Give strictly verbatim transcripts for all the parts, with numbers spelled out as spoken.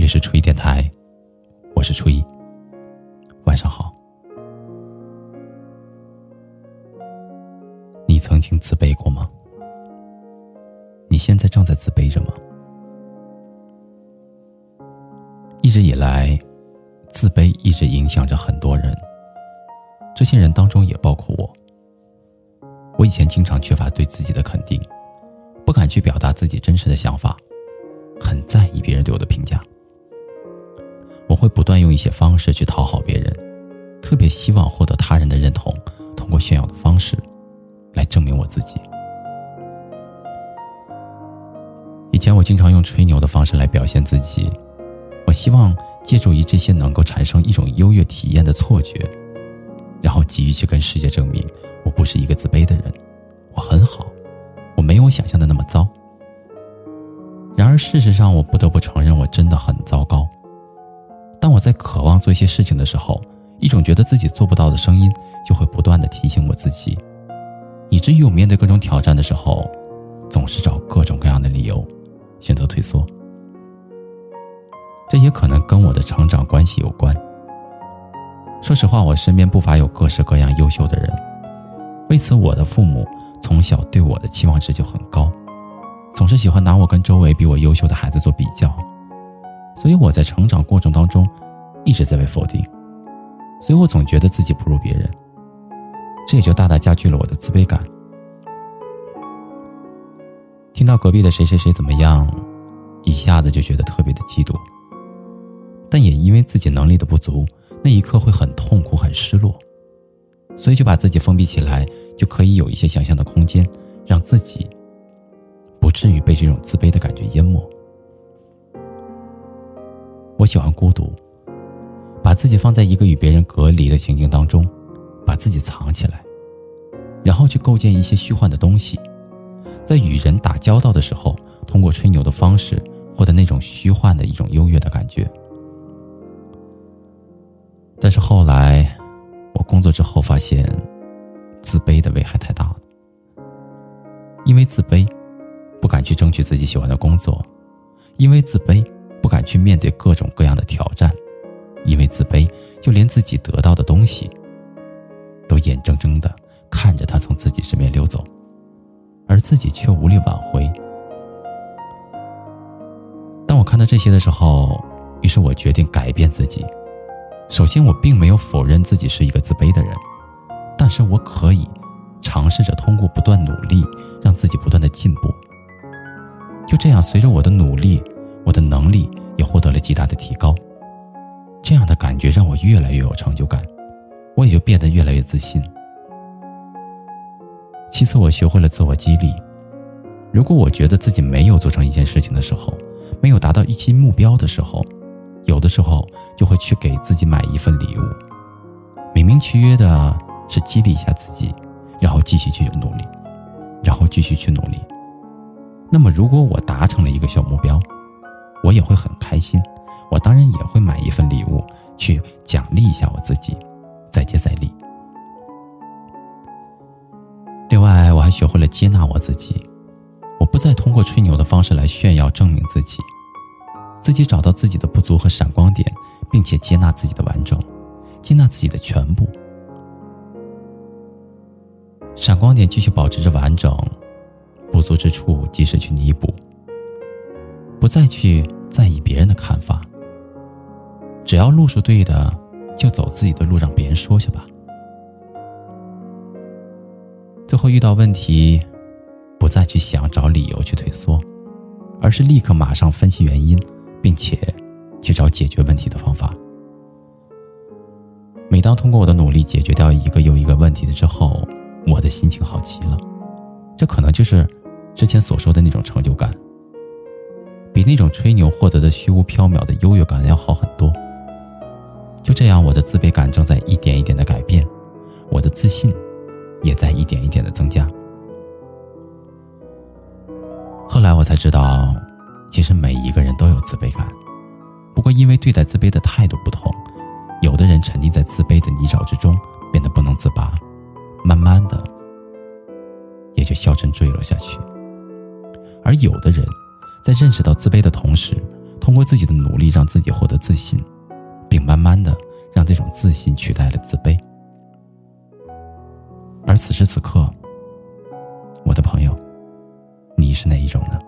里是初一电台，我是初一，晚上好。你曾经自卑过吗？你现在正在自卑着吗？一直以来，自卑一直影响着很多人，这些人当中也包括我。我以前经常缺乏对自己的肯定，不敢去表达自己真实的想法，很在意别人对我的评价。我会不断用一些方式去讨好别人，特别希望获得他人的认同，通过炫耀的方式来证明我自己。以前我经常用吹牛的方式来表现自己，我希望借助于这些能够产生一种优越体验的错觉，然后急于去跟世界证明我不是一个自卑的人，我很好，我没有我想象的那么糟。然而事实上，我不得不承认我真的很糟糕。当我在渴望做一些事情的时候，一种觉得自己做不到的声音就会不断地提醒我自己，以至于我面对各种挑战的时候，总是找各种各样的理由选择退缩。这也可能跟我的成长关系有关。说实话，我身边不乏有各式各样优秀的人，为此我的父母从小对我的期望值就很高，总是喜欢拿我跟周围比我优秀的孩子做比较，所以我在成长过程当中一直在被否定，所以我总觉得自己不如别人，这也就大大加剧了我的自卑感。听到隔壁的谁谁谁怎么样，一下子就觉得特别的嫉妒，但也因为自己能力的不足，那一刻会很痛苦很失落，所以就把自己封闭起来，就可以有一些想象的空间，让自己不至于被这种自卑的感觉淹没。我喜欢孤独，把自己放在一个与别人隔离的情境当中，把自己藏起来，然后去构建一些虚幻的东西，在与人打交道的时候，通过吹牛的方式获得那种虚幻的一种优越的感觉。但是后来我工作之后发现，自卑的危害太大了。因为自卑不敢去争取自己喜欢的工作，因为自卑不敢去面对各种各样的挑战，因为自卑就连自己得到的东西都眼睁睁地看着它从自己身边溜走，而自己却无力挽回。当我看到这些的时候，于是我决定改变自己。首先，我并没有否认自己是一个自卑的人，但是我可以尝试着通过不断努力，让自己不断的进步。就这样，随着我的努力，我的能力也获得了极大的提高。这样的感觉让我越来越有成就感，我也就变得越来越自信。其次，我学会了自我激励。如果我觉得自己没有做成一件事情的时候，没有达到预期目标的时候，有的时候就会去给自己买一份礼物，美名其曰的是激励一下自己，然后继续去努力，然后继续去努力。那么如果我达成了一个小目标，我也会很开心，我当然也会买一份礼物去奖励一下我自己，再接再厉。另外，我还学会了接纳我自己，我不再通过吹牛的方式来炫耀证明自己，自己找到自己的不足和闪光点，并且接纳自己的完整，接纳自己的全部。闪光点继续保持着完整，不足之处及时去弥补，不再去在意别人的看法，只要路数对的，就走自己的路，让别人说去吧。最后遇到问题，不再去想找理由去退缩，而是立刻马上分析原因，并且去找解决问题的方法。每当通过我的努力解决掉一个又一个问题的之后，我的心情好极了，这可能就是之前所说的那种成就感，比那种吹牛获得的虚无缥缈的优越感要好很多。就这样，我的自卑感正在一点一点的改变，我的自信也在一点一点的增加。后来我才知道，其实每一个人都有自卑感，不过因为对待自卑的态度不同，有的人沉浸在自卑的泥沼之中，变得不能自拔，慢慢的也就消沉坠落下去。而有的人在认识到自卑的同时， 通过自己的努力让自己获得自信，并慢慢的让这种自信取代了自卑。而此时此刻，我的朋友，你是哪一种呢？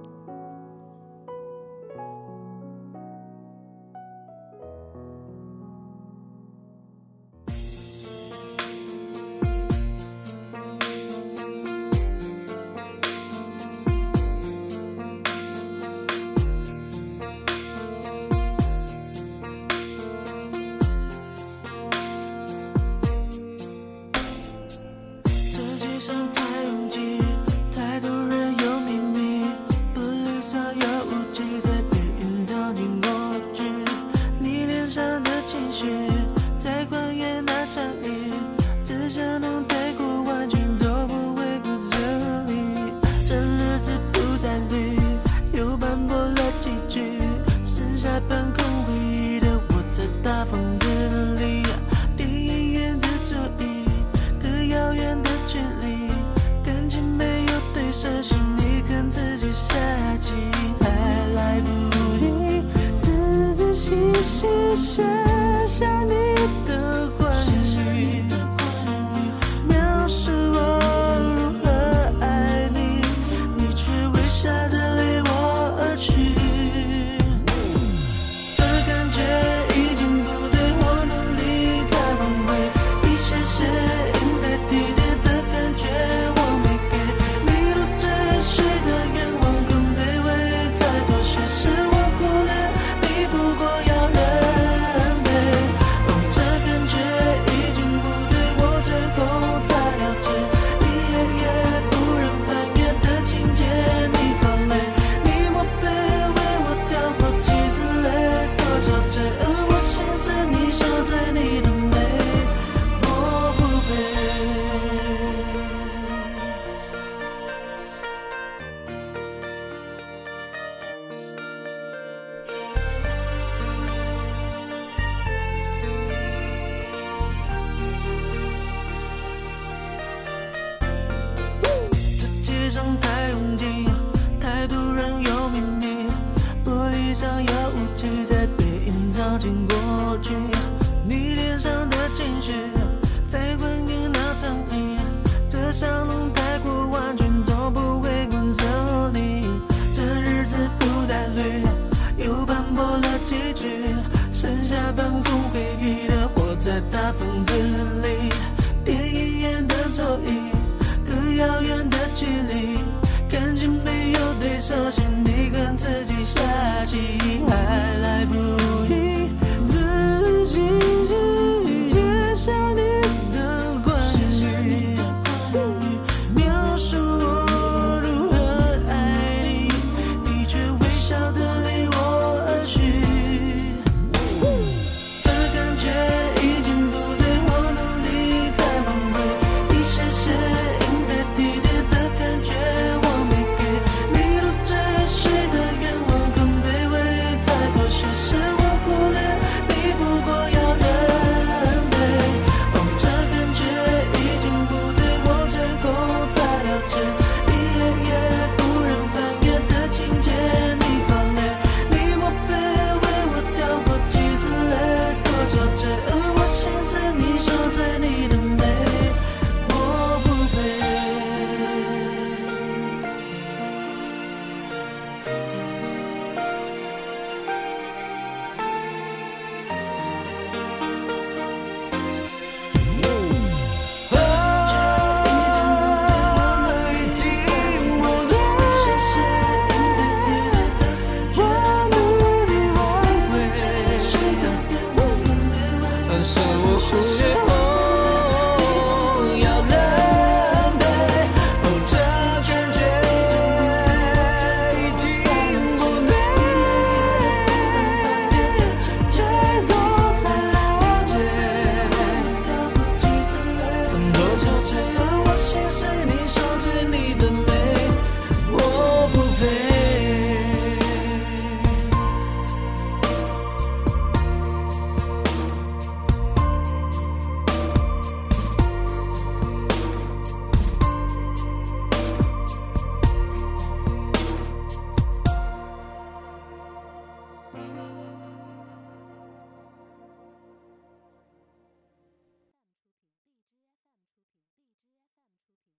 世上太拥挤，太多人有秘密，不理想有误解，在被隐藏进过去。你脸上的情绪，在还原那场雨，只想能带过完全都不会顾这里。这日子不再绿，又斑驳了几句，剩下半空回忆的我在大房子里。电影院的座椅，隔遥远的距离，感情没有对手戏，你看自己下棋还来不及，仔仔细细想。